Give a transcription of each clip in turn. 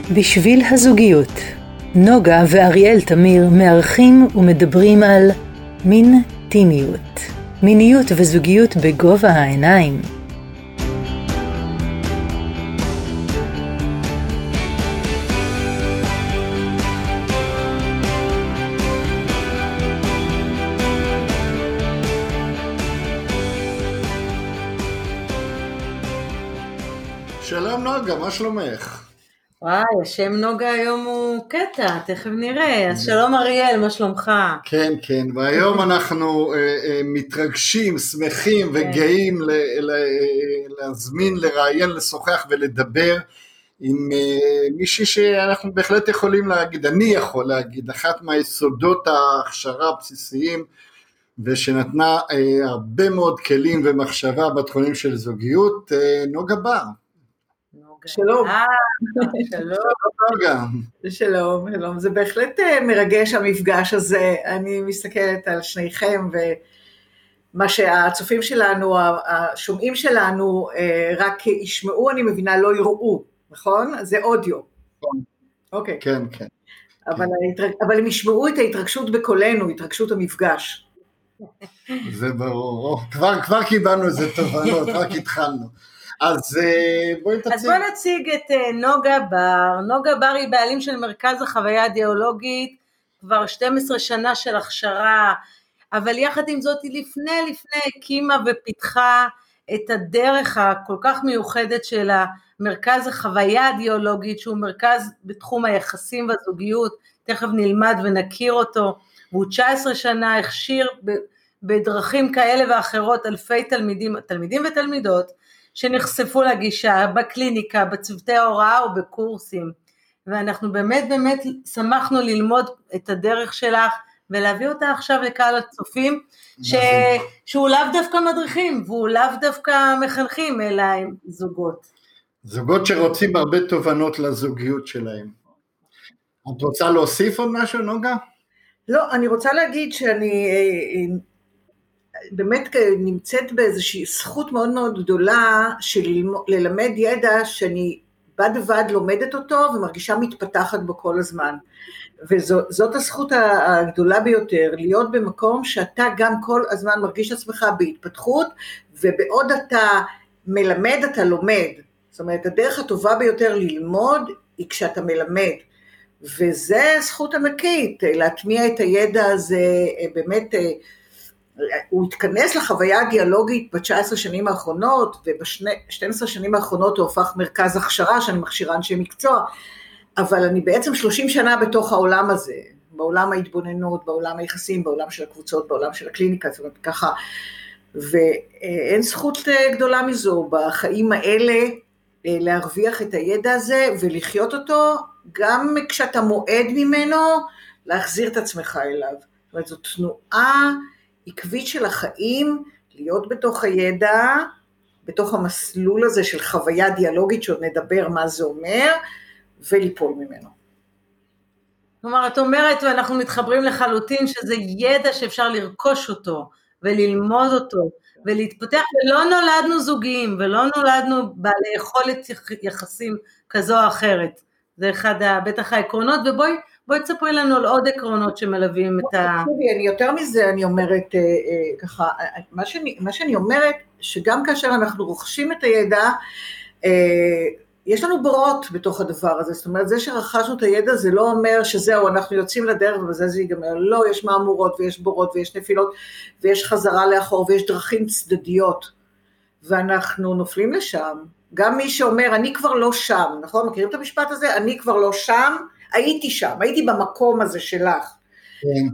בשביל הזוגיות, נוגה ואריאל תמיר מארחים ומדברים על מינטימיות, מיניות וזוגיות בגובה העיניים. שלום נוגה, מה שלומך? וואי, השם נוגה היום הוא קטע, תכף נראה. אז שלום אריאל, מה שלומך? כן, כן, והיום אנחנו מתרגשים, שמחים וגאים להזמין, לראיין, לשוחח ולדבר עם מישהי שאנחנו בהחלט יכולים להגיד, אני יכול להגיד, אחת מהיסודות ההכשרה הבסיסיים, ושנתנה הרבה מאוד כלים ומחשבה בתחומים של זוגיות, נוגה בר. שלום. שלום. שלום. זה בהחלט מרגש המפגש הזה. אני מסתכלת על שניכם, ומה שהצופים שלנו, השומעים שלנו, רק ישמעו, אני מבינה, לא יראו, נכון? זה אודיו. אוקיי. כן, כן. אבל הם ישמעו את ההתרגשות בקולנו, התרגשות המפגש. זה ברור. כבר קיבלנו איזה תובנות, רק התחלנו. אז בואי נציג את נוגה בר. נוגה בר היא בעלים של מרכז החוויה הדיאלוגית, כבר 12 שנה של הכשרה, אבל יחד עם זאת היא לפני הקימה ופיתחה את הדרך הכל כך מיוחדת של המרכז החוויה הדיאלוגית, שהוא מרכז בתחום היחסים והזוגיות, תכף נלמד ונכיר אותו, והוא 19 שנה הכשיר בדרכים כאלה ואחרות אלפי תלמידים ותלמידות, שנחשפו לגישה בקליניקה, בצוותי ההוראה ובקורסים, ואנחנו באמת שמחנו ללמוד את הדרך שלך, ולהביא אותה עכשיו לקהל הצופים, שהוא לאו דווקא מדריכים, והוא לאו דווקא מחנכים, אלא הם זוגות שרוצים הרבה תובנות לזוגיות שלהם. את רוצה להוסיף עוד משהו, נוגה? לא, אני רוצה להגיד שאני באמת נמצאת באיזושהי זכות מאוד מאוד גדולה של ללמד ידע שאני בד ובד לומדת אותו ומרגישה מתפתחת בו כל הזמן. וזאת הזכות הגדולה ביותר, להיות במקום שאתה גם כל הזמן מרגיש עצמך בהתפתחות, ובעוד אתה מלמד אתה לומד. זאת אומרת, הדרך הטובה ביותר ללמוד היא כשאתה מלמד. וזה זכות ענקית, להטמיע את הידע הזה באמת, הוא התכנס לחוויה הדיאלוגית ב-19 שנים האחרונות, וב-12 שנים האחרונות הוא הופך מרכז הכשרה, שאני מכשירה אנשי מקצוע, אבל אני בעצם 30 שנה בתוך העולם הזה, בעולם ההתבוננות, בעולם היחסים, בעולם של הקבוצות, בעולם של הקליניקה, זאת אומרת ככה, ואין זכות גדולה מזו בחיים האלה, להרוויח את הידע הזה ולחיות אותו, גם כשאתה מועד ממנו, להחזיר את עצמך אליו. זאת אומרת, זו תנועה עקבית של החיים, להיות בתוך הידע, בתוך המסלול הזה של חוויה דיאלוגית, שעוד נדבר מה זה אומר, וליפול ממנו. כלומר, את אומרת, ואנחנו מתחברים לחלוטין, שזה ידע שאפשר לרכוש אותו, וללמוד אותו, ולהתפתח, ולא נולדנו זוגיים, ולא נולדנו בעלי יכולת יחסים כזו או אחרת. זה אחד בטח העקרונות, ובואי תספרי לנו על עוד עקרונות שמלווים את ה... אני יותר מזה, אני אומרת ככה, מה שאני אומרת, שגם כאשר אנחנו רוכשים את הידע, יש לנו בורות בתוך הדבר הזה, זאת אומרת, זה שרכשנו את הידע, זה לא אומר שזהו, אנחנו יוצאים לדרך, ובזה זה ייגמר, לא, יש מאמורות, ויש בורות, ויש נפילות, ויש חזרה לאחור, ויש דרכים צדדיות, ואנחנו נופלים לשם, גם מי שאומר, אני כבר לא שם, נכון? מכירים את המשפט הזה? אני כבר לא שם, הייתי שם, הייתי במקום הזה שלך. כן.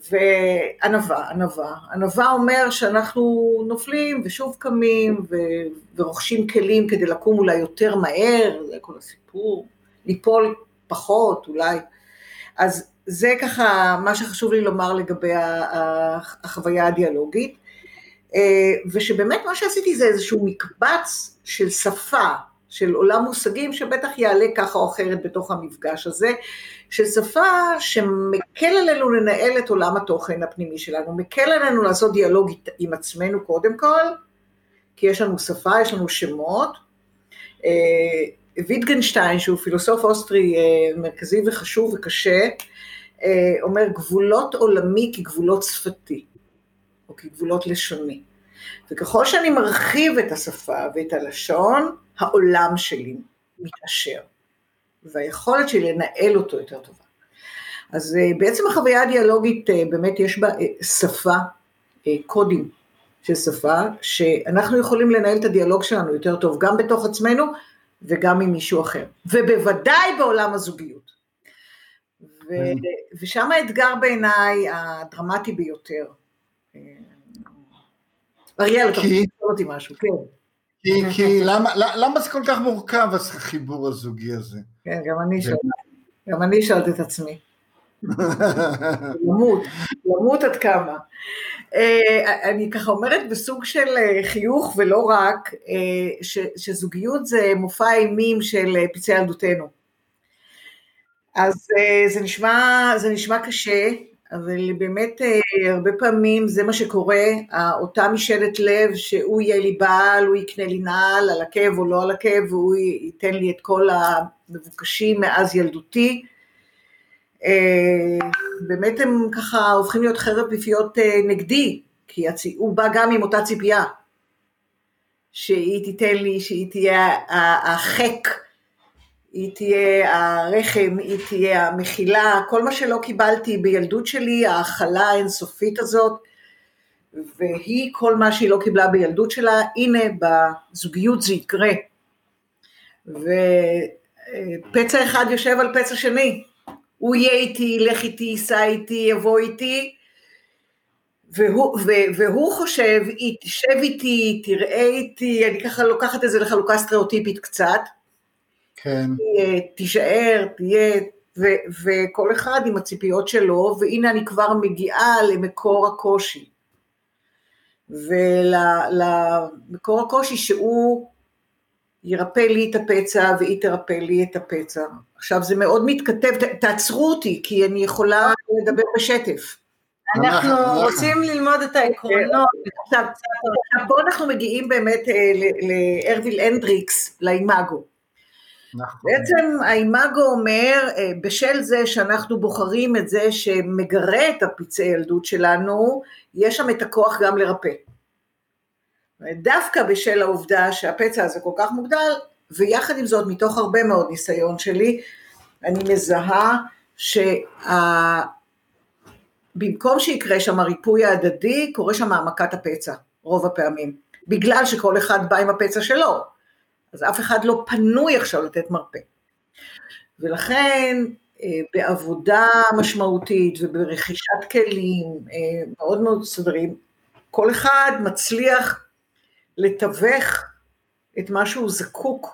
ענווה אומר שאנחנו נופלים ושוב קמים ורוכשים כלים כדי לקום אולי יותר מהר, זה כל הסיפור, ליפול פחות אולי. אז זה ככה מה שחשוב לי לומר לגבי החוויה הדיאלוגית, ושבאמת מה שעשיתי זה איזשהו מקבץ של שפה, של עולם מושגים שבטח יעלה ככה או אחרת בתוך המפגש הזה, של שפה שמקל עלינו לנהל את עולם התוכן הפנימי שלנו, מקל עלינו לעשות דיאלוג עם עצמנו קודם כל, כי יש לנו שפה, יש לנו שמות, ויטגנשטיין, שהוא פילוסוף אוסטרי מרכזי וחשוב וקשה, אומר גבולות עולמי כגבולות שפתי, או כגבולות לשוני. וככל שאני מרחיב את השפה ואת הלשון, העולם שלי מתעשר, והיכולת שלי לנהל אותו יותר טובה. אז בעצם החוויה הדיאלוגית באמת יש בה שפה, קודים של שפה, שאנחנו יכולים לנהל את הדיאלוג שלנו יותר טוב, גם בתוך עצמנו וגם עם מישהו אחר. ובוודאי בעולם הזוגיות. ושם האתגר בעיניי הדרמטי ביותר. אריאל, אתה רוצה לשאול אותי משהו, כן. כי למה זה כל כך מורכב, החיבור הזוגי הזה? כן, גם אני שאלת את עצמי. למות עד כמה. אני ככה אומרת בסוג של חיוך ולא רק, שזוגיות זה מופע אימים של פצעי ילדותנו. אז זה נשמע קשה, אבל באמת הרבה פעמים זה מה שקורה, אותה משאלת לב שהוא יהיה לי בעל, הוא יקנה לי נעל על עקב או לא על עקב, והוא ייתן לי את כל המבוקשים מאז ילדותי, באמת הם ככה הופכים להיות חרב פיפיות נגדי, כי הוא בא גם עם אותה ציפייה, שהיא תיתן לי, שהיא תהיה החק, היא תהיה הרחם, היא תהיה המחילה, כל מה שלא קיבלתי בילדות שלי, האכלה האינסופית הזאת, והיא כל מה שהיא לא קיבלה בילדות שלה, הנה בזוגיות זה יקרה, ופצע אחד יושב על פצע שני, הוא יהיה איתי, ילך איתי, ייסע איתי, יבוא איתי, והוא חושב, היא תשב איתי, תראה איתי, אני ככה לוקחת את זה לחלוקה סטריאוטיפית קצת, כן. תישאר, תהיה, וכל אחד עם הציפיות שלו, והנה אני כבר מגיעה למקור הקושי, ולמקור הקושי שהוא ירפא לי את הפצע, והיא תרפא לי את הפצע. עכשיו זה מאוד מתכתב, תעצרו אותי, כי אני יכולה לדבר בשטף. אנחנו רוצים ללמוד את העקרונות. עכשיו, פה אנחנו מגיעים באמת לארוויל הנדריקס, לאימאגו. בעצם האימאגו אומר, בשל זה שאנחנו בוחרים את זה שמגרה את הפצעי ילדות שלנו, יש שם את הכוח גם לרפא. דווקא בשל העובדה שהפצע הזה כל כך מוגדל, ויחד עם זאת, מתוך הרבה מאוד ניסיון שלי, אני מזהה במקום שיקרה שם הריפוי ההדדי, קורה שם העמקת הפצע, רוב הפעמים, בגלל שכל אחד בא עם הפצע שלו, אז אף אחד לא פנוי עכשיו לתת מרפא. ולכן, בעבודה משמעותית וברכישת כלים מאוד מאוד סדרים, כל אחד מצליח לתווך את מה שהוא זקוק,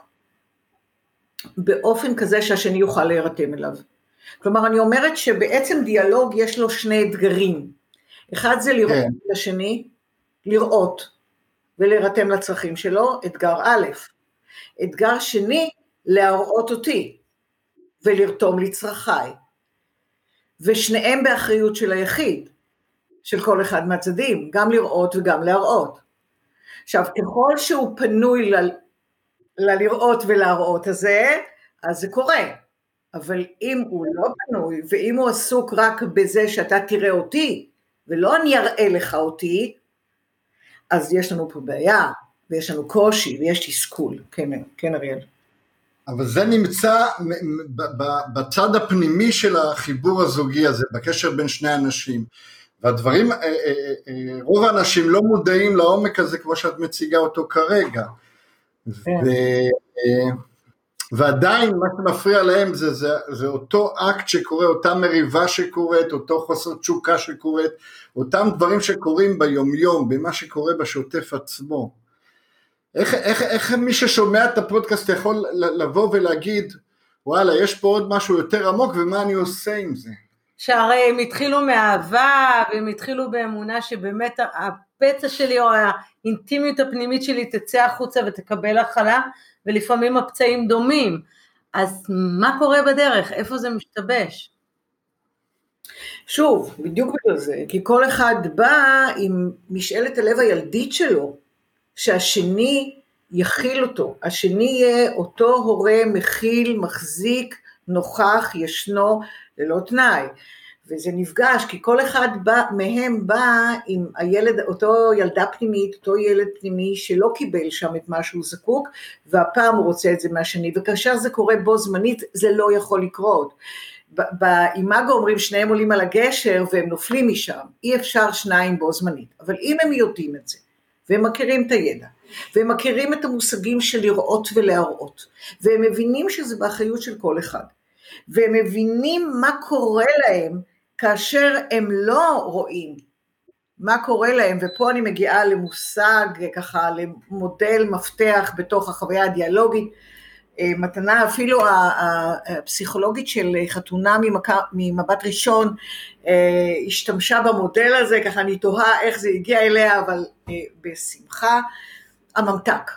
באופן כזה שהשני יוכל להירתם אליו. כלומר, אני אומרת שבעצם דיאלוג יש לו שני אתגרים. אחד זה לראות את השני, לראות ולהירתם לצרכים שלו, אתגר א'. אתגר שני, להראות אותי ולרתום לצרכיי. ושניהם באחריות של היחיד, של כל אחד מהצדדים, גם לראות וגם להראות. עכשיו, ככל שהוא פנוי ללראות ולהראות הזה, אז זה קורה. אבל אם הוא לא פנוי, ואם הוא עסוק רק בזה שאתה תראה אותי, ולא אני אראה לך אותי, אז יש לנו פה בעיה, ויש לנו קושי, ויש תסכול. כן, אריאל. אבל זה נמצא בצד הפנימי של החיבור הזוגי הזה, בקשר בין שני אנשים. והדברים, רוב האנשים לא מודעים לעומק הזה, כמו שאת מציגה אותו כרגע. ועדיין מה שמפריע להם זה אותו אקט שקורה, אותה מריבה שקורית, אותו חוסר תשוקה שקורית, אותם דברים שקורים ביומיום, במה שקורה בשוטף עצמו. איך מי ששומע את הפודקאסט יכול לבוא ולהגיד, וואלה, יש פה עוד משהו יותר עמוק, ומה אני עושה עם זה? שהרי הם התחילו מאהבה, והם התחילו באמונה שבאמת הפצע שלי, או האינטימיות הפנימית שלי תצא החוצה ותקבל הכלה, ולפעמים הפצעים דומים. אז מה קורה בדרך? איפה זה משתבש? שוב, בדיוק בגלל זה, כי כל אחד בא עם משאלת הלב הילדית שלו, שהשני יכיל אותו, השני יהיה אותו הורה מכיל, מחזיק, נוכח, ישנו, ללא תנאי, וזה נפגש, כי כל אחד מהם בא עם הילד, אותו ילדה פנימית, אותו ילד פנימי שלא קיבל שם את מה שהוא זקוק, והפעם הוא רוצה את זה מהשני, וכאשר זה קורה בו זמנית, זה לא יכול לקרות. באימאגו אומרים שניהם עולים על הגשר, והם נופלים משם, אי אפשר שניים בו זמנית, אבל אם הם יודעים את זה, והם מכירים את הידע, והם מכירים את המושגים של לראות ולהראות, והם מבינים שזה באחריות של כל אחד, והם מבינים מה קורה להם, כאשר הם לא רואים מה קורה להם, ופה אני מגיעה למושג, ככה, למודל מפתח בתוך החוויה הדיאלוגית, מתנה אפילו הפסיכולוגית של חתונה ממבט ראשון, השתמשה במודל הזה, ככה אני תוהה איך זה הגיע אליה, אבל בשמחה, הממתק.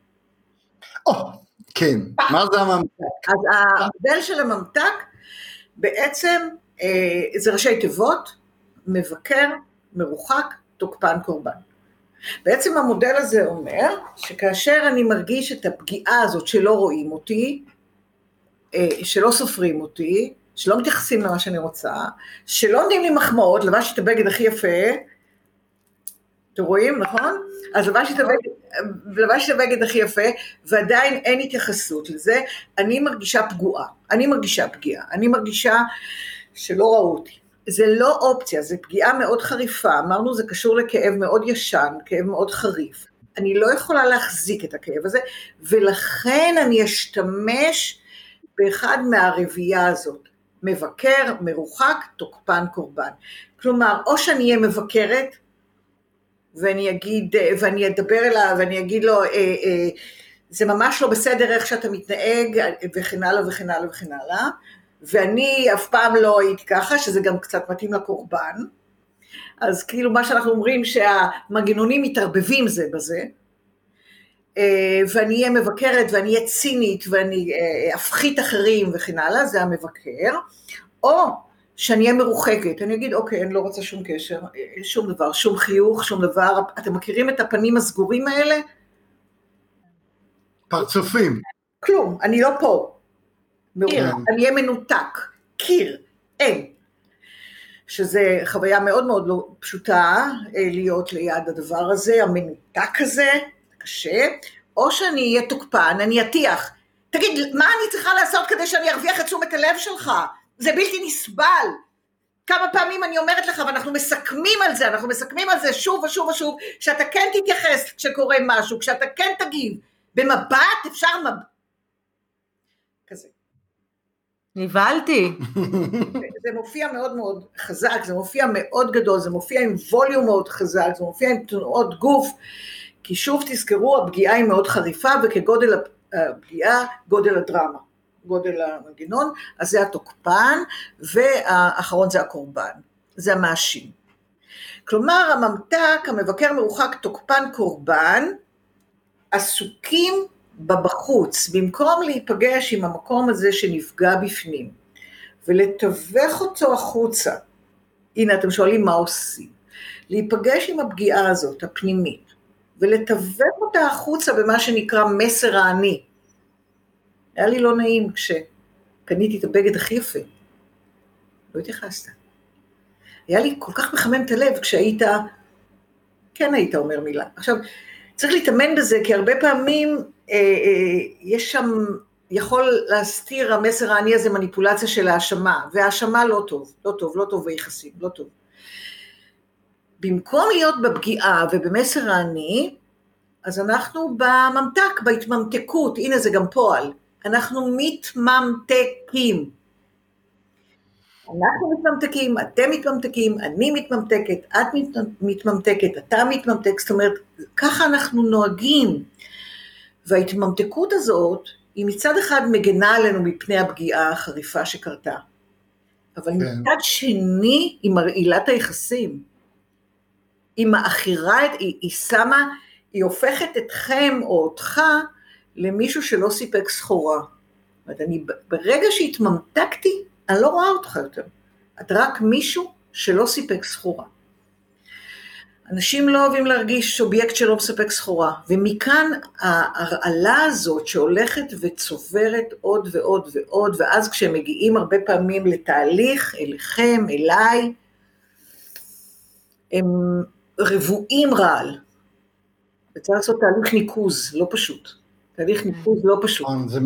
כן, מה זה הממתק? אז המודל של הממתק, בעצם זה ראשי תיבות, מבקר, מרוחק, תוקפן, קורבן. בעצם המודל הזה אומר, שכאשר אני מרגיש את הפגיעה הזאת שלא רואים אותי, שלא סופרים אותי, שלא מתייחסים למה שאני רוצה, שלא נותנים לי מחמאות, לבשתי את הבגד הכי יפה, אתם רואים, נכון? אז לבשתי את הבגד הכי יפה, ועדיין אין התייחסות לזה, אני מרגישה פגועה, אני מרגישה פגיעה, אני מרגישה שלא ראו אותי. זה לא אופציה, זה פגיעה מאוד חריפה, אמרנו זה קשור לכאב מאוד ישן, כאב מאוד חריף, אני לא יכולה להחזיק את הכאב הזה, ולכן אני אשתמש באחד מהרביעייה הזאת, מבקר, מרוחק, תוקפן, קורבן. כלומר, או שאני אהיה מבקרת, ואני אדבר אליו, ואני אגיד לו, זה ממש לא בסדר איך שאתה מתנהג, וכן הלאה וכן הלאה וכן הלאה, ואני אף פעם לא הייתי ככה, שזה גם קצת מתאים לקורבן, אז כאילו מה שאנחנו אומרים, שהמנגנונים מתערבבים זה בזה, ואני אהיה מבקרת, ואני אהיה צינית, ואני אפחית אחרים וכן הלאה, זה המבקר, או שאני אהיה מרוחקת, אני אגיד, אוקיי, אני לא רוצה שום קשר, שום דבר, שום חיוך, שום דבר, אתם מכירים את הפנים הסגורים האלה? פרצופים. כלום, אני לא פה. אני אהיה מנותק, קיר, אין. שזה חוויה מאוד מאוד לא פשוטה, להיות ליד הדבר הזה, המנותק הזה, קשה, או שאני אהיה תוקפן, אני אתיח. תגיד, מה אני צריכה לעשות כדי שאני ארוויח את תשומת הלב שלך? זה בלתי נסבל. כמה פעמים אני אומרת לך, ואנחנו מסכמים על זה שוב ושוב ושוב, שאתה כן תתייחס כשקורה משהו, כשאתה כן תגיב, במבט אפשר כזה. נבהלתי. זה מופיע מאוד מאוד חזק, זה מופיע מאוד גדול, זה מופיע עם ווליום מאוד חזק, זה מופיע עם תנועות גוף, כי שוב תזכרו, הפגיעה היא מאוד חריפה, וכגודל הפגיעה, גודל הדרמה, גודל המנגנון, אז זה התוקפן, והאחרון זה הקורבן, זה המאשים. כלומר, הממתק, המבקר מרוחק, תוקפן, קורבן, עסוקים בבחוץ, במקום להיפגש עם המקום הזה שנפגע בפנים, ולתווך אותו החוצה. הנה, אתם שואלים מה עושים. להיפגש עם הפגיעה הזאת, הפנימית, ולתווך אותה החוצה במה שנקרא מסר האני. היה לי לא נעים כשקניתי את הבגד הכי יפה. לא התייחסת. היה לי כל כך מחמם את הלב כשהיית, כן היית אומר מילה. עכשיו, צריך להתאמן בזה, כי הרבה פעמים יש שם, יכול להסתיר המסר העני הזה מניפולציה של האשמה, והאשמה לא טוב, לא טוב, לא טוב ביחסים, לא טוב. במקום להיות בפגיעה ובמסר העני, אז אנחנו בממתק, בהתממתקות, הנה זה גם פועל, אנחנו מתממתקים. אנחנו מתממתקים, אתם מתממתקים, אני מתממתקת, את מתממתקת, אתה מתממתק, זאת אומרת, ככה אנחנו נוהגים, וההתממתקות הזאת, היא מצד אחד מגנה עלינו מפני הפגיעה החריפה שקרתה, אבל מצד שני, היא מרעילת היחסים, היא מאחירה, היא שמה, היא הופכת אתכם או אותך, למישהו שלא סיפק סחורה. זאת אומרת, ברגע שהתממתקתי, אני לא רואה אותך יותר. אתה רק מישהו שלא סיפק סחורה. אנשים לא אוהבים להרגיש אובייקט שלא מספק סחורה, ומכאן ההרעלה הזאת שהולכת וצוברת עוד ועוד ועוד, ואז כשהם מגיעים הרבה פעמים לתהליך, אליכם, אליי, הם רבועים רעל. וצריך לעשות תהליך ניקוז, לא פשוט. תהליך ניקוז לא פשוט.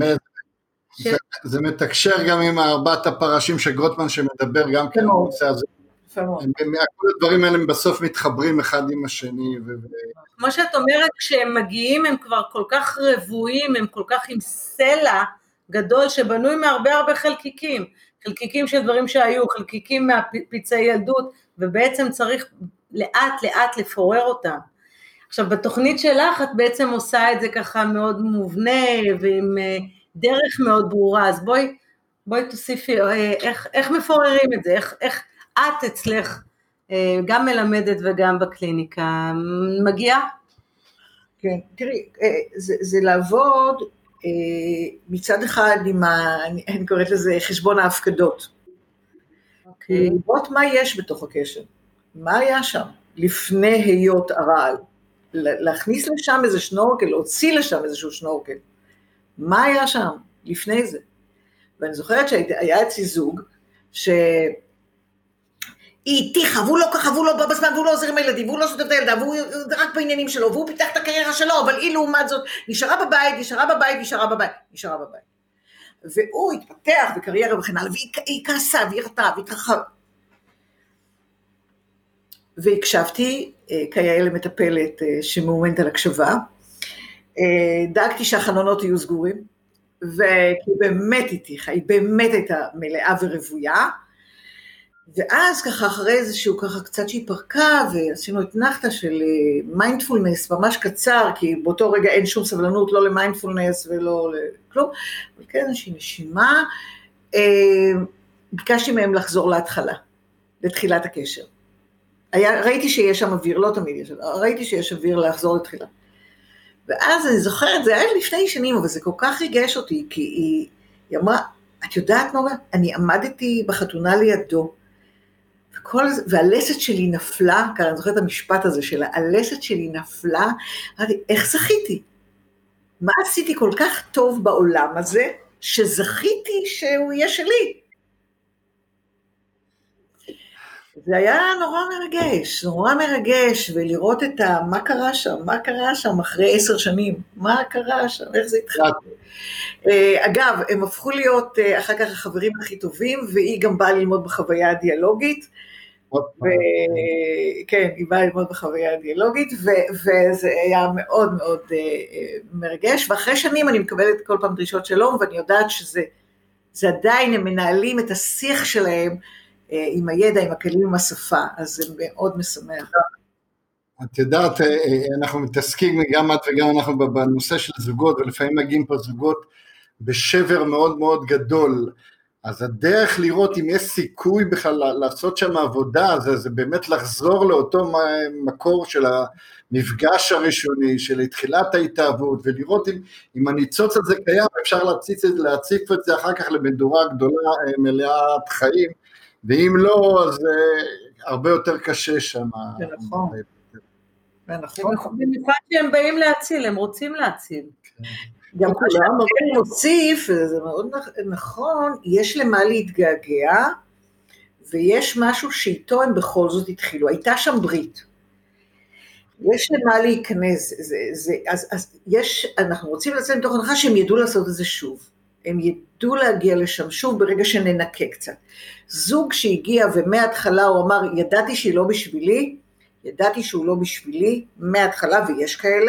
זה מתקשר גם עם ארבעת הפרשים של גרוטמן שמדבר גם כן בנושא הזה. כל הדברים האלה בסוף מתחברים אחד עם השני. כמו שאת אומרת, כשהם מגיעים הם כבר כל כך רבועים, הם כל כך עם סלע גדול שבנוי מהרבה הרבה חלקיקים, חלקיקים של דברים שהיו, חלקיקים מהפיצי ילדות, ובעצם צריך לאט לאט לפורר אותם. עכשיו בתוכנית שלך את בעצם עושה את זה ככה מאוד מובנה ועם דרך מאוד ברורה, אז בואי תוסיפי איך מפוררים את זה, איך את אצלך גם מלמדת וגם בקליניקה מגיעה? כן, תראי, זה לעבוד מצד אחד עם אני קוראת לזה חשבון ההפקדות. לראות מה יש בתוך הקשר, מה היה שם לפני היות הרעל, להכניס לשם איזה שנורקל, להוציא לשם איזשהו שנורקל, מה היה שם לפני זה? ואני זוכרת שהיה אצלי זוג, איתי, והוא לא ככה, והוא לא בא בזמן, והוא לא עוזר עם הילדים, והוא לא שותף את הילדה, והוא רק בעניינים שלו, והוא פיתח את הקריירה שלו, אבל היא לעומת זאת, נשארה בבית, והוא התפתח בקריירה וכן הלאה, והיא כעסה, והיא רתה, והתרחבה. והקשבתי, כיאה למטפלת שמאומנת על הקשבה, דאגתי שהחלונות יהיו סגורים, וכי באמת איתיך, היא באמת הייתה מלאה ורבויה, ואז ככה אחרי איזשהו ככה קצת שהיא פרקה, ועשינו את נחתה של מיינדפולנס ממש קצר, כי באותו רגע אין שום סבלנות, לא למיינדפולנס ולא לכלום, אבל כן איזושהי נשימה, ביקשתי מהם לחזור להתחלה, לתחילת הקשר. ראיתי שיש שם אוויר, לא תמיד יש, ראיתי שיש אוויר לחזור לתחילה. ואז אני זוכרת, זה היה לפני שנים, אבל זה כל כך ריגש אותי, כי היא אמרה, את יודעת נוגה, אני עמדתי בחתונה לידו, והלסת שלי נפלה, כאן אני זוכרת את המשפט הזה שלה, הלסת שלי נפלה, אמרתי, איך זכיתי? מה עשיתי כל כך טוב בעולם הזה, שזכיתי שהוא יהיה שלי? זה היה נורא מרגש, ולראות את מה קרה שם אחרי 10 שנים, מה קרה שם, איך זה התחיל. אגב, הם הפכו להיות אחר כך החברים הכי טובים, והיא גם באה ללמוד בחוויה הדיאלוגית, כן, היא באה ללמוד בחוויה הדיאלוגית, וזה היה מאוד מאוד מרגש, ואחרי שנים אני מקבלת כל פעם דרישות שלום, ואני יודעת שזה עדיין, הם מנהלים את השיח שלהם, עם הידע, עם הכלים, עם השפה, אז זה מאוד משמח. את יודעת, אנחנו מתעסקים גם את וגם אנחנו בנושא של זוגות, ולפעמים מגיעים פה זוגות בשבר מאוד מאוד גדול, אז הדרך לראות אם יש סיכוי בכלל לעשות שם עבודה, זה באמת לחזור לאותו מקור של המפגש הראשוני, של תחילת ההתאהבות, ולראות אם הניצוץ הזה קיים, אפשר להציף את זה אחר כך למדורה גדולה, מלאת חיים, ואם לא, אז הרבה יותר קשה שם. זה נכון. במיוחד שהם באים להציל, הם רוצים להציל. גם כולם, אבל אני מוסיף, זה מאוד נכון, יש למה להתגעגע, ויש משהו שאיתו הם בכל זאת התחילו, הייתה שם ברית. יש למה להיכנס, אז אנחנו רוצים לצאת מתוך הנחה שהם ידעו לעשות את זה שוב. הם ידעו להגיע לשם שוב ברגע שננקה קצת. זוג שהגיע ומההתחלה הוא אמר, ידעתי שהיא לא בשבילי, ידעתי שהוא לא בשבילי, מההתחלה ויש כאלה,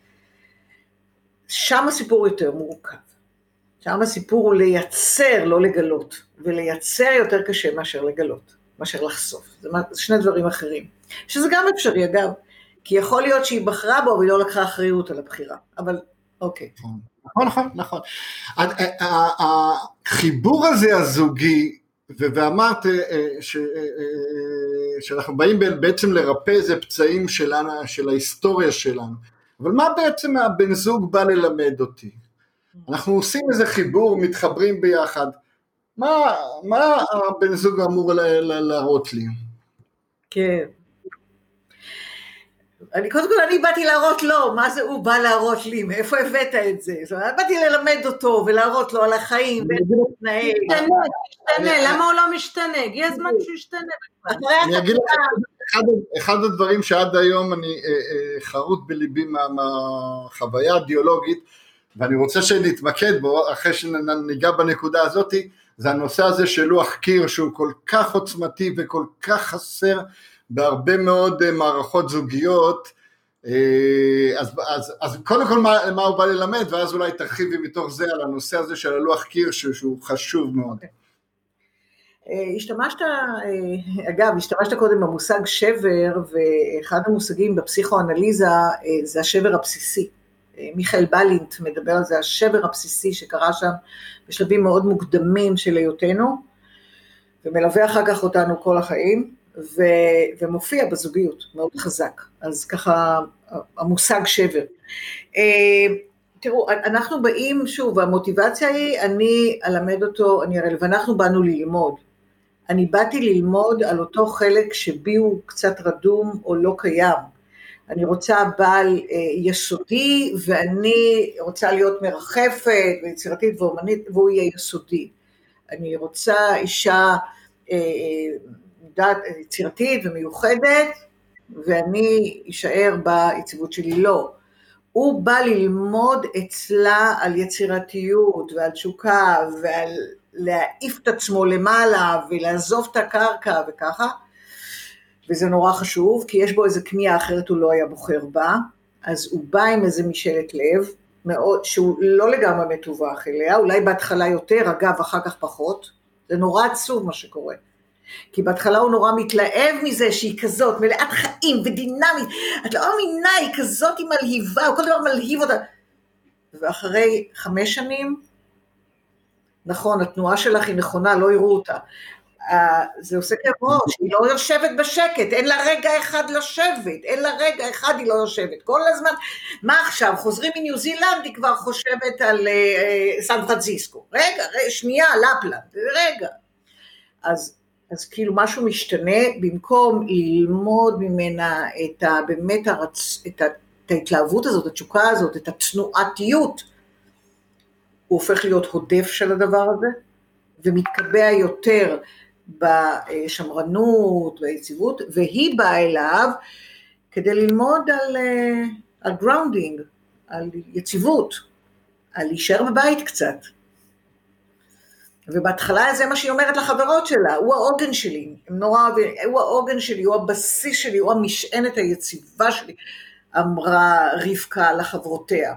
שם הסיפור יותר מורכב. שם הסיפור הוא לייצר, לא לגלות, ולייצר יותר קשה מאשר לגלות, מאשר לחשוף. זה שני דברים אחרים. שזה גם אפשרי אגב, כי יכול להיות שהיא בחרה בו, והיא לא לקחה אחריות על הבחירה, אבל אוקיי. נכון. החיבור הזה הזוגי, ואמרת שאנחנו באים בעצם לרפא איזה פצעים שלנו, של ההיסטוריה שלנו, אבל מה בעצם הבן זוג בא ללמד אותי? אנחנו עושים איזה חיבור, מתחברים ביחד, מה הבן זוג אמור להראות לי? כן. קודם כל אני באתי להראות לו, מה זה הוא בא להראות לי, מאיפה הבאת את זה? זאת אומרת, באתי ללמד אותו ולהראות לו על החיים, משתנה, למה הוא לא משתנה? הגיע הזמן שהוא ישתנה. אני אגיד לך, אחד הדברים שעד היום אני חרוט בליבי מהחוויה האידיאולוגית, ואני רוצה שנתמקד בו, אחרי שניגע בנקודה הזאת, זה הנושא הזה של לוח קיר, שהוא כל כך עוצמתי וכל כך חסר בהרבה מאוד מערכות זוגיות. אז קודם כל מה הוא בא ללמד, ואז אולי תרחיבי מתוך זה על הנושא הזה של הלוח קיר, שהוא חשוב מאוד. השתמשת קודם במושג שבר, ואחד המושגים בפסיכואנליזה זה השבר הבסיסי. מיכאל בלינט מדבר על זה, השבר הבסיסי שקרה שם בשלבים מאוד מוקדמים של היותנו, ומלווה אחר כך אותנו כל החיים, ומופיע בזוגיות מאוד חזק. אז ככה המושג שבר. תראו, אנחנו באים שוב, והמוטיבציה היא, אני אלמד אותו, ואנחנו באנו ללמוד. אני באתי ללמוד על אותו חלק שבי הוא קצת רדום או לא קיים. אני רוצה בעל יסודי, ואני רוצה להיות מרחפת ויצירתית ואומנית, והוא יהיה יסודי. אני רוצה אישה יצירתית ומיוחדת, ואני אשאר ביציבות שלי. לא. הוא בא ללמוד אצלה על יצירתיות ועל תשוקה, ועל להעיף את עצמו למעלה, ולעזוב את הקרקע וככה, וזה נורא חשוב, כי יש בו איזה כמיהה אחרת הוא לא היה בוחר בה, אז הוא בא עם איזה משאלת לב, מאוד, שהוא לא לגמרי מטווח אליה, אולי בהתחלה יותר, אגב, אחר כך פחות, זה נורא עצוב מה שקורה, כי בהתחלה הוא נורא מתלהב מזה, שהיא כזאת, מלאת חיים ודינמית, את לא מאמינה, היא כזאת, היא מלהיבה, הוא כל דבר מלהיב אותה, ואחרי 5 שנים, נכון, התנועה שלך היא נכונה, לא יראו אותה, זה עושה כראש, היא לא יושבת בשקט, אין לה רגע אחד לשבת, אין לה רגע אחד היא לא יושבת, כל הזמן, מה עכשיו, חוזרים מניו זילנד, היא כבר חושבת על סן פרנסיסקו, רגע, שנייה, לפלנד, רגע, אז כאילו משהו משתנה, במקום ללמוד ממנה באמת את ההתלהבות הזאת, התשוקה הזאת, את התנועתיות, הוא הופך להיות הודף של הדבר הזה, ומתקבע יותר בשמרנות, ביציבות, והיא באה אליו כדי ללמוד על grounding, על יציבות, על להישאר בבית קצת. ובהתחלה זה מה שהיא אומרת לחברות שלה, הוא העוגן שלי, הוא העוגן שלי, הוא הבסיס שלי, הוא המשענת היציבה שלי, אמרה רבקה לחברותיה.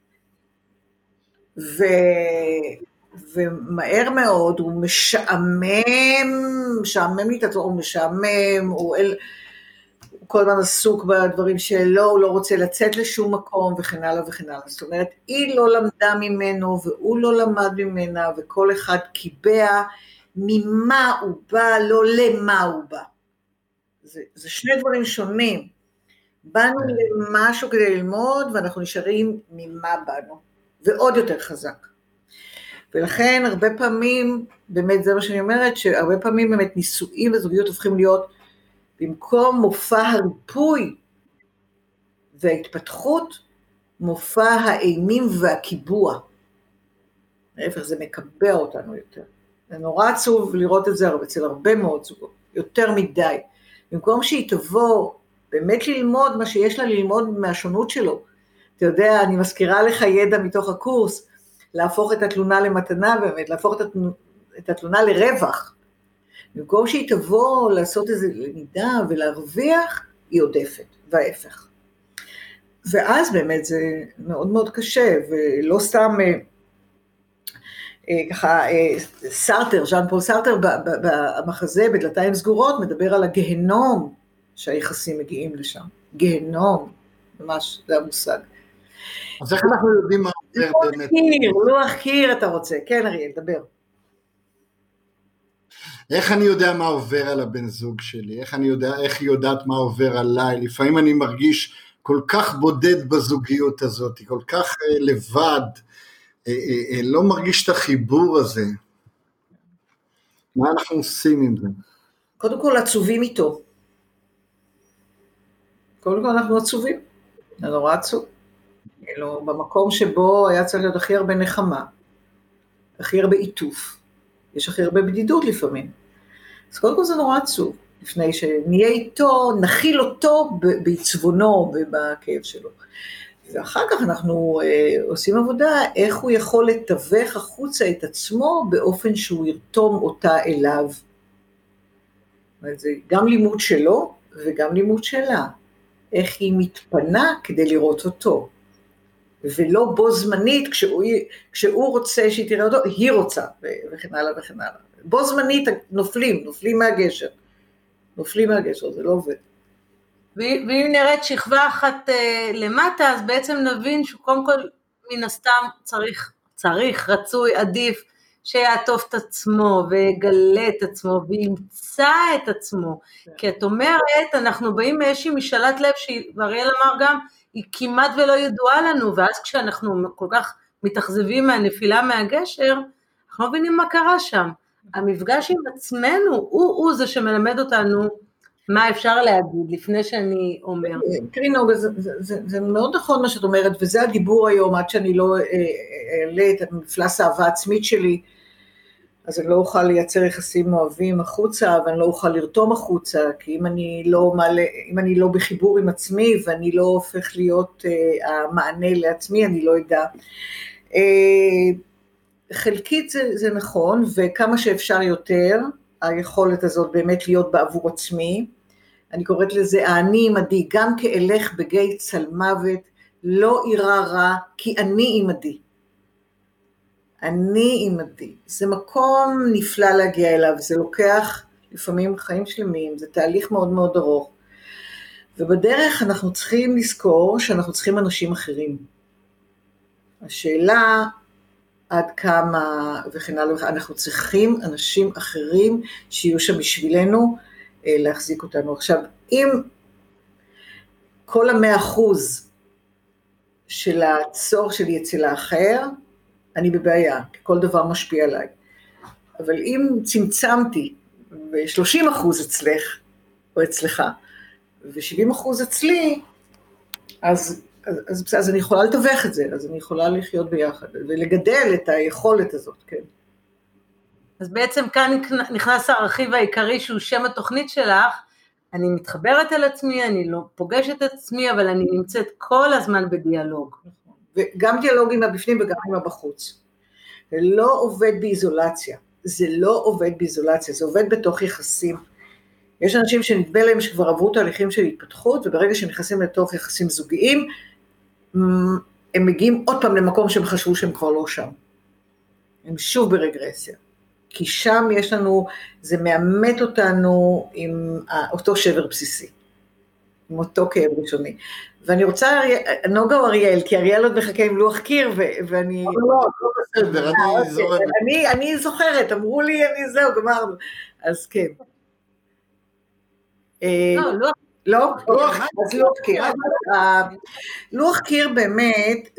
ומהר מאוד הוא משעמם לי את עצמו, הוא משעמם, הוא כל הזמן עסוק בדברים שלו, הוא לא רוצה לצאת לשום מקום וכן הלאה וכן הלאה. זאת אומרת, היא לא למדה ממנו והוא לא למד ממנה, וכל אחד קיבע ממה הוא בא, לא למה הוא בא. זה שני דברים שונים. באנו למשהו כדי ללמוד, ואנחנו נשארים ממה באנו, ועוד יותר חזק. ולכן הרבה פעמים, באמת זה מה שאני אומרת, שהרבה פעמים באמת נישואים וזוגיות הופכים להיות, במקום מופע הריפוי וההתפתחות, מופע האימים והקיבוע. להפך, זה מקבע אותנו יותר. זה נורא עצוב לראות את זה אצל הרבה מאוד זוגות, יותר מדי. במקום שהיא תבוא באמת ללמוד מה שיש לה ללמוד מהשונות שלו. אתה יודע, אני מזכירה לך ידע מתוך הקורס, להפוך את התלונה למתנה באמת, להפוך את התלונה לרווח. במקום שהיא תבוא לעשות איזו למידה ולהרוויח, היא עודפת, וההפך. ואז באמת זה מאוד מאוד קשה, ולא סתם ככה, סארטר, ז'אן פול סארטר, במחזה בדלתיים סגורות, מדבר על הגהנום שהיחסים מגיעים לשם. גהנום, ממש, זה המושג. אז איך אנחנו יודעים מה עובר באמת? לוח קיר אתה רוצה, כן אריאל, דבר. איך אני יודע מה עובר על הבן זוג שלי? איך היא יודעת מה עובר עליי? לפעמים אני מרגיש כל כך בודד בזוגיות הזאת, כל כך לבד, לא מרגיש את החיבור הזה. מה אנחנו עושים עם זה? קודם כל עצובים איתו. קודם כל אנחנו עצובים, זה נורא עצוב. במקום שבו היה צריך להיות הכי הרבה נחמה, הכי הרבה עיטוף, יש הכי הרבה בדידות לפעמים. אז קודם כל זה נורא עצוב, לפני שנהיה איתו, נכיל אותו בעצבונו ובכאב שלו. ואחר כך אנחנו עושים עבודה, איך הוא יכול לתווך החוצה את עצמו, באופן שהוא ירתום אותה אליו. זה גם לימוד שלו, וגם לימוד שלה. איך היא מתפנה כדי לראות אותו. ולא בו זמנית, כשהוא רוצה שהיא תראה אותו, היא רוצה, וכן הלאה וכן הלאה. בו זמנית נופלים מהגשר. זה לא עובד. ואם נראית שכבה אחת למטה, אז בעצם נבין שקודם כל מן הסתם רצוי, עדיף, שיעטוף את עצמו, ויגלה את עצמו, וימצא את עצמו. כי את אומרת, אנחנו באים מאיזושהי משאלת לב, שאריאל אמר גם, היא כמעט ולא ידועה לנו, ואז כשאנחנו כל כך מתאכזבים מהנפילה מהגשר, אנחנו לא מבינים מה קרה שם. המפגש עם עצמנו, הוא זה שמלמד אותנו, מה אפשר להגיד לפני שאני אומר. תראי נוגה, זה מאוד נכון מה שאת אומרת, וזה הדיבור היום, עד שאני לא אעלה את מפלס האהבה העצמית שלי, אז אני לא אוכל לייצר יחסים אוהבים החוצה, ואני לא אוכל לרתום החוצה, כי אם אני לא בחיבור עם עצמי, ואני לא הופך להיות המענה לעצמי, אני לא יודע. חלקית זה נכון, וכמה שאפשר יותר, היכולת הזאת באמת להיות בעבור עצמי, אני קוראת לזה האני עמדי, גם כאלך בגיא צל מוות, לא ירא רע, כי אני עמדי. אני עמדי. זה מקום נפלא להגיע אליו, זה לוקח לפעמים חיים שלמים, זה תהליך מאוד מאוד ארוך. ובדרך אנחנו צריכים לזכור שאנחנו צריכים אנשים אחרים. השאלה עד כמה וכן הלאה, אנחנו צריכים אנשים אחרים שיהיו שם בשבילנו, להחזיק אותנו. עכשיו, אם כל 100% של הצורך שלי אצל האחר, אני בבעיה, כי כל דבר משפיע עליי. אבל אם צמצמתי ב-30% אצלך, או אצלך, ו-70% אצלי, אז אני יכולה לתווך את זה, אז אני יכולה לחיות ביחד, ולגדל את היכולת הזאת, כן. אז בעצם כאן נכנס הרכיב העיקרי שהוא שם התוכנית שלך, אני מתחברת אל עצמי, אני לא פוגשת את עצמי, אבל אני נמצאת כל הזמן בדיאלוג. וגם דיאלוג עם הבפנים וגם עם הבחוץ. זה לא עובד באיזולציה, זה עובד בתוך יחסים. יש אנשים שנדמה להם שכבר עברו תהליכים של התפתחות, וברגע שנכנסים לתוך יחסים זוגיים, הם מגיעים עוד פעם למקום שהם חשבו שהם כבר לא שם. הם שוב ברגרסיה. כי שם יש לנו, זה מאמת אותנו עם אותו שבר בסיסי, עם אותו כאב ראשוני. ואני רוצה, נוגה או אריאל, כי אריאל עוד מחכה עם לוח קיר, ואני... לא בסדר, אני זוכרת. אני זוכרת, אמרו לי, זהו, גמרנו. אז כן. לא? אז לוח קיר. לוח קיר באמת,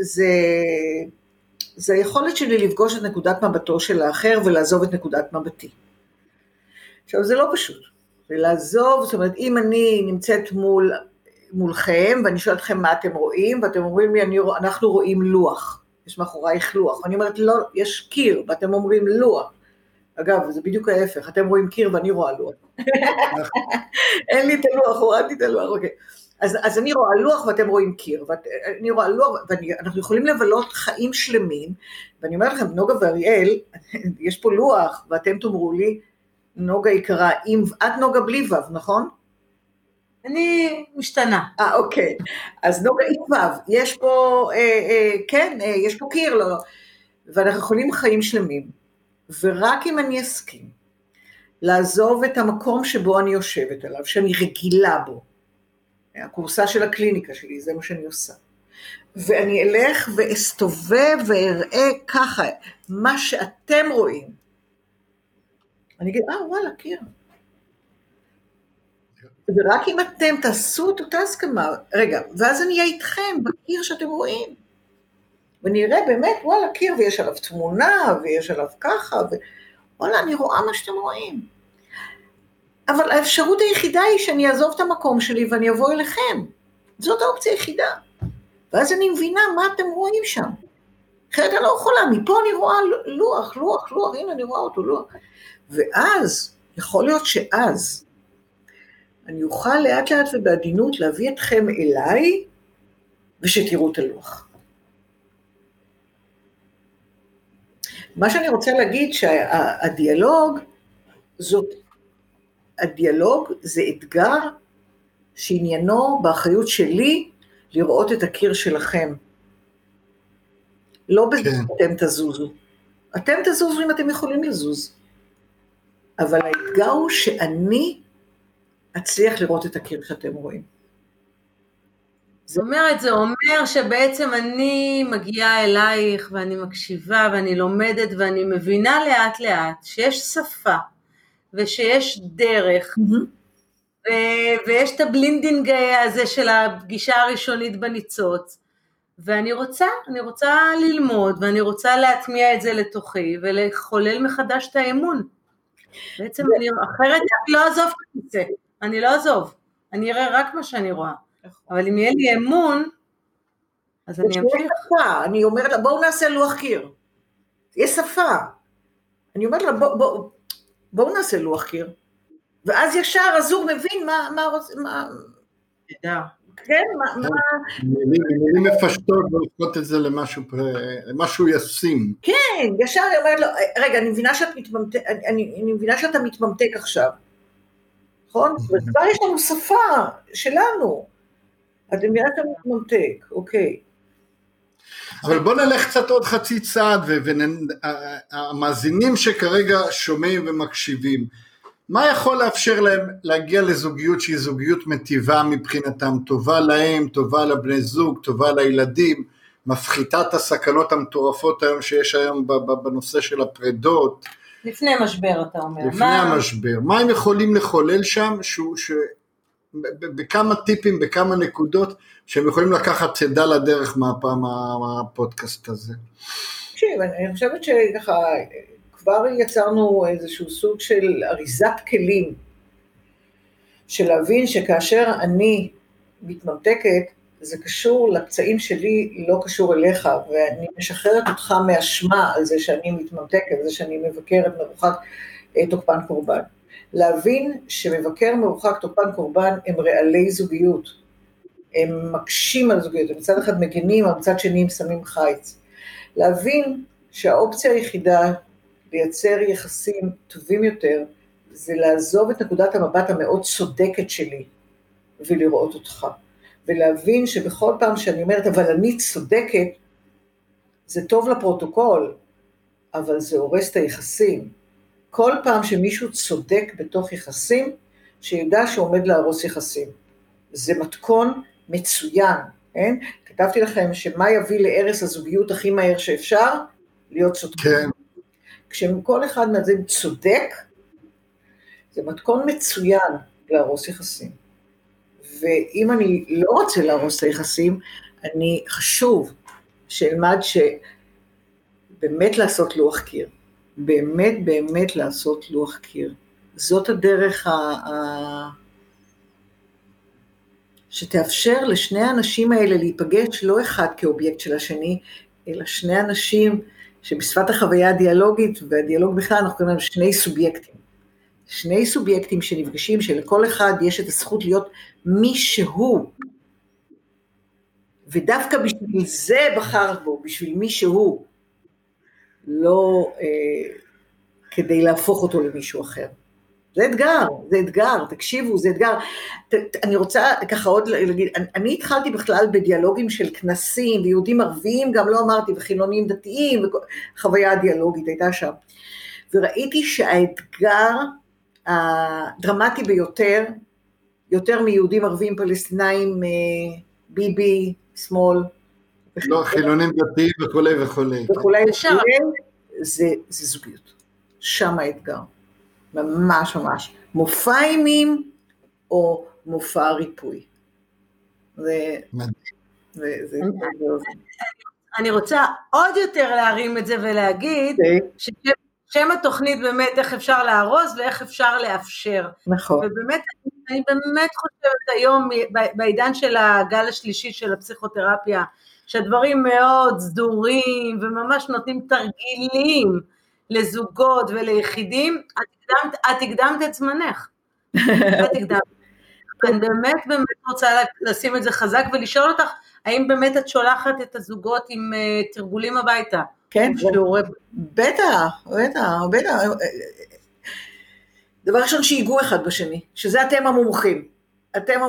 זה היכולת שלי לפגוש את נקודת מבטו של האחר, ולעזוב את נקודת מבטי. עכשיו, זה לא פשוט. ולעזוב, זאת אומרת, אם אני נמצאת מולכם, ואני שואלת אתכם מה אתם רואים, ואתם אומרים לי, אנחנו רואים לוח. יש מאחורייך לוח. ואני אומרת, לא, יש קיר, ואתם אומרים לוח. אגב, זה בדיוק ההפך. אתם רואים קיר ואני רואה לוח. אין לי את הלוח, הורדתי את הלוח, אוקיי. אז אני רואה לוח ואתם רואים קיר, ואני רואה לוח, ואנחנו יכולים לבלות חיים שלמים, ואני אומרת לכם, נוגה ואריאל, יש פה לוח, ואתם תאמרו לי, נוגה יקרה, את נוגה בלי וו, נכון? אני משתנה. אוקיי, אז נוגה וו, יש פה, כן, יש פה קיר, לא, ואנחנו יכולים חיים שלמים, ורק אם אני אסכים, לעזוב את המקום שבו אני יושבת עליו, שאני רגילה בו, הקורסה של הקליניקה שלי, זה מה שאני עושה. ואני אלך ואסתובב ואראה ככה, מה שאתם רואים. אני אגיד, וואלה, קיר. ורק אם אתם תעשו את אותה הסכמה, רגע, ואז אני אהיה איתכם בקיר שאתם רואים. ואני אראה באמת, וואלה, קיר, ויש עליו תמונה, ויש עליו ככה, וואלה, אני רואה מה שאתם רואים. אבל האפשרות היחידה היא שאני אעזוב את המקום שלי ואני אבוא אליכם. זאת האופציה היחידה. ואז אני מבינה מה אתם רואים שם. אחרת אני לא יכולה, מפה אני רואה לוח, הנה אני רואה אותו, לוח. ואז, יכול להיות שאז, אני אוכל לאט לאט ובעדינות להביא אתכם אליי, ושתראו את הלוח. מה שאני רוצה להגיד, שהדיאלוג זה אתגר שעניינו באחריות שלי לראות את הקיר שלכם. לא בזה אתם תזוזו. אתם תזוזו אם אתם יכולים לזוז. אבל האתגר הוא שאני אצליח לראות את הקיר שאתם רואים. זאת אומרת, זה אומר שבעצם אני מגיעה אלייך ואני מקשיבה ואני לומדת ואני מבינה לאט לאט שיש שפה ושיש דרך ויש את הבלינדינג הזה של הפגישה הראשונית בניצוץ, ואני רוצה ללמוד ואני רוצה להטמיע את זה לתוכי ולחולל מחדש את האמון. בעצם אחרת אני לא אעזוב את זה, אני לא אעזוב, אני אראה רק מה שאני רואה. אבל אם יהיה לי אמון, אז אני אמשיך. אני אומרת לה, בואו נעשה לוח קיר. יש שפה. אני אומרת לה, בואו נעשה לוח קיר. ואז ישר הזוג מבין מה רוצה, ידע. כן, מילים מפשטות ולפות את זה למשהו ישים. כן, ישר אני אומרת לו, רגע, אני מבינה שאתה מתממתק עכשיו. נכון? וכבר יש לנו שפה שלנו. אתם מבינה שאתה מתממתק, אוקיי. אבל בוא נלך קצת עוד חצי צעד, והמאזינים שכרגע שומעים ומקשיבים, מה יכול לאפשר להם להגיע לזוגיות שהיא זוגיות מטיבה מבחינתם, טובה להם, טובה לבני זוג, טובה לילדים, מפחיתה את הסכנות המטורפות היום שיש היום בנושא של הפרדות. לפני המשבר אתה אומר. לפני המשבר. מה הם יכולים לחולל שם, בכמה טיפים, בכמה נקודות, שהם יכולים לקחת צידה לדרך מהפעם הפודקאסט הזה? תקשיב, אני חושבת שככה, כבר יצרנו איזשהו סוג של אריזת כלים, של להבין שכאשר אני מתממתקת, זה קשור לפצעים שלי, לא קשור אליך, ואני משחררת אותך מאשמה על זה שאני מתממתקת, על זה שאני מבקרת מרוחק תוקפן קורבן. להבין שמבקר מרוחק תוקפן קורבן הם רעלי זוגיות, הם מקשים על זוגיות, הם מצד אחד מגנים, אבל מצד שני הם שמים חיץ. להבין שהאופציה היחידה לייצר יחסים טובים יותר, זה לעזוב את נקודת המבט המאוד צודקת שלי, ולראות אותך. ולהבין שבכל פעם שאני אומרת, אבל אני צודקת, זה טוב לפרוטוקול, אבל זה הורס את היחסים. כל פעם שמישהו צודק בתוך יחסים, שידע שהוא עומד להרוס יחסים. זה מתכון מצוין, כן? כתבתי לכם שמה יביא להרס הזוגיות הכי מהר שאפשר, להיות צודק. כן. כשכל אחד מהזה צודק, זה מתכון מצוין להרוס יחסים. ואם אני לא רוצה להרוס את היחסים, אני חשוב שאלמד שבאמת לעשות לוח קיר. באמת לעשות לוח קיר. זאת הדרך שתאפשר לשני האנשים האלה להיפגש לא אחד כאובייקט של השני, אלא שני אנשים שבשפת החוויה הדיאלוגית, והדיאלוג בכלל אנחנו קוראים להם שני סובייקטים. שני סובייקטים שנפגשים, שלכל אחד יש את הזכות להיות מי שהוא, ודווקא בשביל זה בחר בו, בשביל מי שהוא, לא כדי להפוך אותו למישהו אחר. זה אתגר, תקשיבו, זה אתגר. אני רוצה ככה עוד להגיד, אני התחלתי בכלל בדיאלוגים של כנסים, ויהודים ערביים, גם לא אמרתי, וחילונים דתיים, חוויה דיאלוגית הייתה שם. וראיתי שהאתגר הדרמטי ביותר, יותר מיהודים ערביים פלסטינאים, ביבי, שמאל, לא, חילונים דתיים וכולי. זה זוגיות. שם האתגר. ממש. מופע אימים או מופע ריפוי. אני רוצה עוד יותר להרים את זה ולהגיד, שם התוכנית באמת איך אפשר להרוס ואיך אפשר לאפשר. נכון. ובאמת אני באמת חושבת היום, בעידן של הגל השלישי של הפסיכותרפיה, שהדברים מאוד סדורים, וממש נותנים תרגילים לזוגות וליחידים, את הקדמת את זמנך. את הקדמת. אני באמת רוצה לשים את זה חזק, ולשאול אותך, האם באמת את שולחת את הזוגות עם תרגולים הביתה? כן, בטח. דבר ראשון שיגעו אחד בשני, שזה אתם המומחים. אתם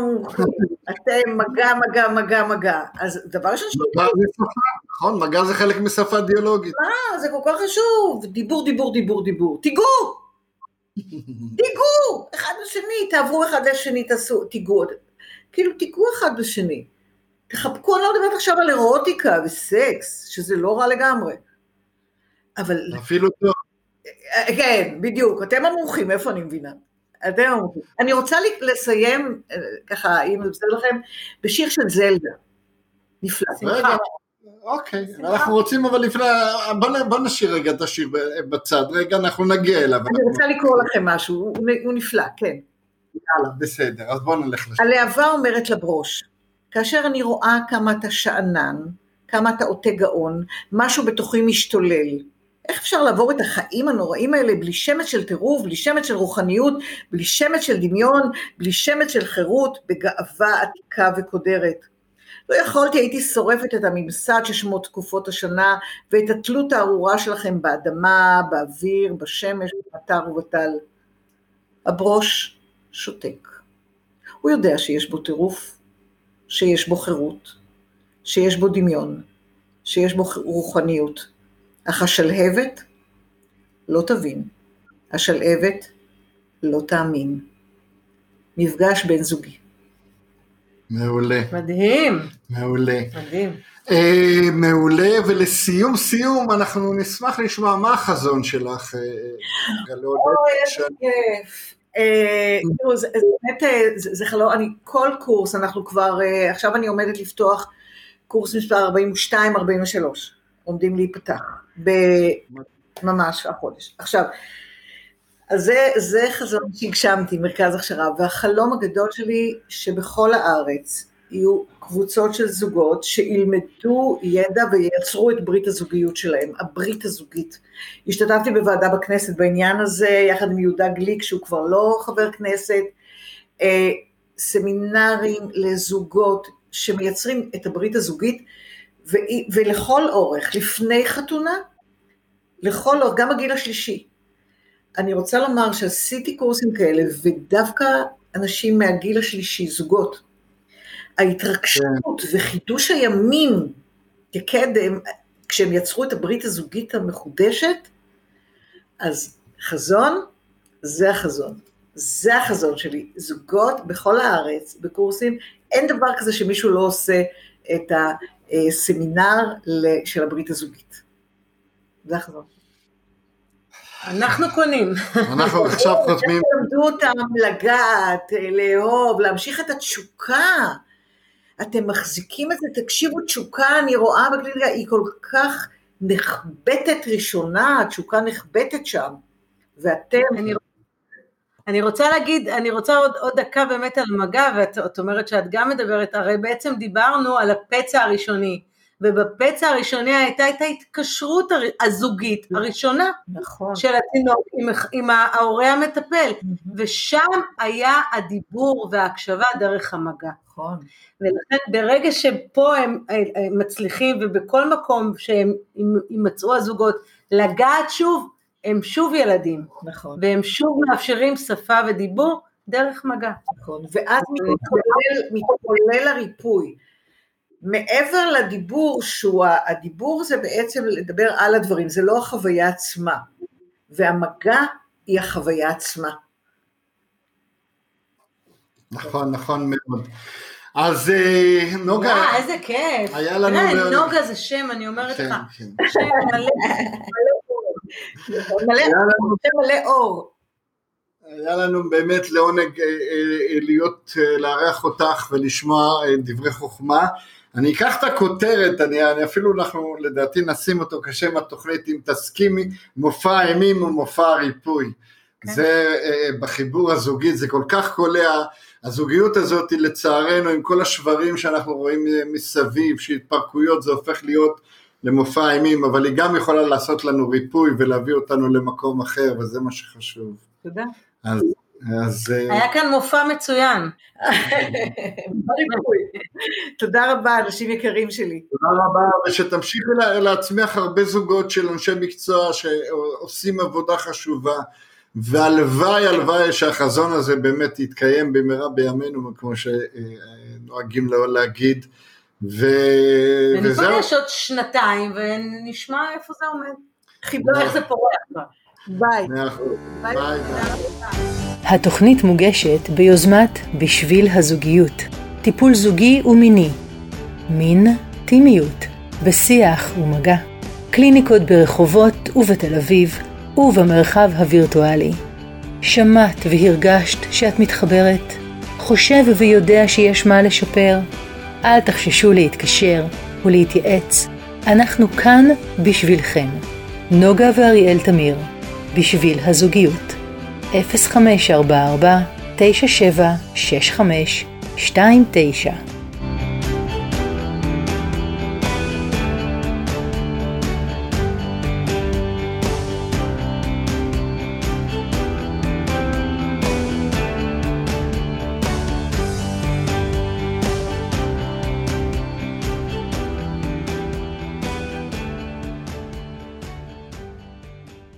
מגע. אז דבר ראשון מגע זה שפה, נכון? מגע זה חלק משפה דיאלוגית. זה כל כך חשוב. דיבור. תיגעו אחד בשני, תעברו אחד לשני, תיגעו. כאילו תיגעו אחד בשני. תחבקו, אני לא מדברת עכשיו על אירוטיקה וסקס, שזה לא רע לגמרי. אבל... אפילו טוב. כן, בדיוק, אתם המומחים, איפה אני מבינה? אתם המומחים. אני רוצה לסיים, ככה, אם זה בסדר לכם, בשיר של זלדה. נפלא. רגע, אוקיי, אנחנו רוצים אבל לפני, בוא נשאיר רגע את השיר בצד, רגע אנחנו נגיע אליו. אני רוצה לקרוא לכם משהו, הוא נפלא, כן. יאללה, בסדר, אז בוא נלך לשיר. הלהבה אומרת לברוש, כאשר אני רואה כמה אתה שענן, כמה אתה עוטה גאון, משהו בתוכי משתולל. איך אפשר לעבור את החיים הנוראים האלה בלי שמץ של טירוף, בלי שמץ של רוחניות, בלי שמץ של דמיון, בלי שמץ של חירות, בגאווה עתיקה וקודרת. לא יכולתי, הייתי שורפת את הממסד ששמו תקופות השנה, ואת התלות הארורה שלכם באדמה, באוויר, בשמש, במטר ובטל. הברוש שותק. הוא יודע שיש בו טירוף, שיש בו חירות, שיש בו דמיון, שיש בו רוחניות. אך השלהבת לא תבין, השלהבת לא תאמין. מפגש בין זוגי. מעולה. מדהים. מעולה. מדהים. מעולה, ולסיום אנחנו נשמח לשמוע מה החזון שלך, גלות. איזה כיף. זה חלום, כל קורס, אנחנו כבר, עכשיו אני עומדת לפתוח קורס מספר 42-43, עומדים להיפתח, ממש החודש. עכשיו, אז זה חזון שהגשמתי, מרכז הכשרה, והחלום הגדול שלי שבכל הארץ יהיו קבוצות של זוגות שילמדו ידע וייצרו את ברית הזוגיות שלהם, הברית הזוגית. השתתפתי בוועדה בכנסת בעניין הזה, יחד עם יהודה גליק, שהוא כבר לא חבר כנסת, סמינרים לזוגות שמייצרים את הברית הזוגית, ולכל אורך, לפני חתונה, לכל אורך, גם הגיל השלישי. אני רוצה לומר שעשיתי קורסים כאלה, ודווקא אנשים מהגיל השלישי, זוגות, ההתרגשות וחידוש הימים כקדם, כשהם יצרו את הברית הזוגית המחודשת, אז חזון, זה החזון. זה החזון שלי. זוגות בכל הארץ, בקורסים, אין דבר כזה שמישהו לא עושה את הסמינר של הברית הזוגית. זה החזון. אנחנו קונים. אנחנו עכשיו חותמים. תלמדו אותם לגעת, לאהוב, להמשיך את התשוקה. אתם מחזיקים את זה, תקשיבו, תשוקה, אני רואה בקליניקה, היא כל כך נחבטת ראשונה, התשוקה נחבטת שם, ואתם... אני רוצה להגיד, אני רוצה עוד דקה באמת על מגע, ואת אומרת שאת גם מדברת, הרי בעצם דיברנו על הפצע הראשוני, ובפצע הראשוני הייתה את ההתקשרות הזוגית הראשונה, נכון. של התינוק עם ההורה המטפל, ושם היה הדיבור וההקשבה דרך המגע. נכון. ולכן ברגע שפה הם מצליחים, ובכל מקום שהם ימצאו הזוגות, לגעת שוב, הם שוב ילדים. נכון. והם שוב מאפשרים שפה ודיבור דרך מגע. נכון. ואז מתחולל הריפוי. מעבר לדיבור, הדיבור זה בעצם לדבר על הדברים, זה לא החוויה עצמה, והמגע היא החוויה עצמה. נכון, נכון מאוד. אז נוגה... איזה כיף. היה לנו... נוגה זה שם, אני אומרת לך. שם מלא אור. היה לנו באמת לעונג לארח אותך ולשמוע דברי חוכמה. אני אקח את הכותרת, אני אפילו אנחנו לדעתי נשים אותו כשם התוכנית, אם תסכימי, מופע אימים ומופע ריפוי. זה בחיבור הזוגי, זה כל כך קולע, הזוגיות הזאת לצערנו עם כל השברים שאנחנו רואים מסביב, שהתפרקויות זה הופך להיות למופע אימים, אבל היא גם יכולה לעשות לנו ריפוי ולהביא אותנו למקום אחר, וזה מה שחשוב. תודה. היה כאן מופע מצוין. תודה רבה, אנשים יקרים שלי. תודה רבה, ושתמשיכי להצמיח הרבה זוגות של אנשי מקצוע שעושים עבודה חשובה, והלוואי שהחזון הזה באמת יתקיים במהרה בימינו, כמו שנוהגים להגיד, ונפגש עוד 2 ונשמע איפה זה עומד. חיבור איך זה פורח. ביי. ביי. התוכנית מוגשת ביוזמת בשביל הזוגיות, טיפול זוגי ומיני, מין טימיות, בשיח ומגע, קליניקות ברחובות ובתל אביב ובמרחב הווירטואלי. שמעת והרגשת שאת מתחברת? חושב ויודע שיש מה לשפר? אל תחששו להתקשר ולהתייעץ, אנחנו כאן בשבילכם. נוגה ואריאל תמיר, בשביל הזוגיות. 0544 9765 29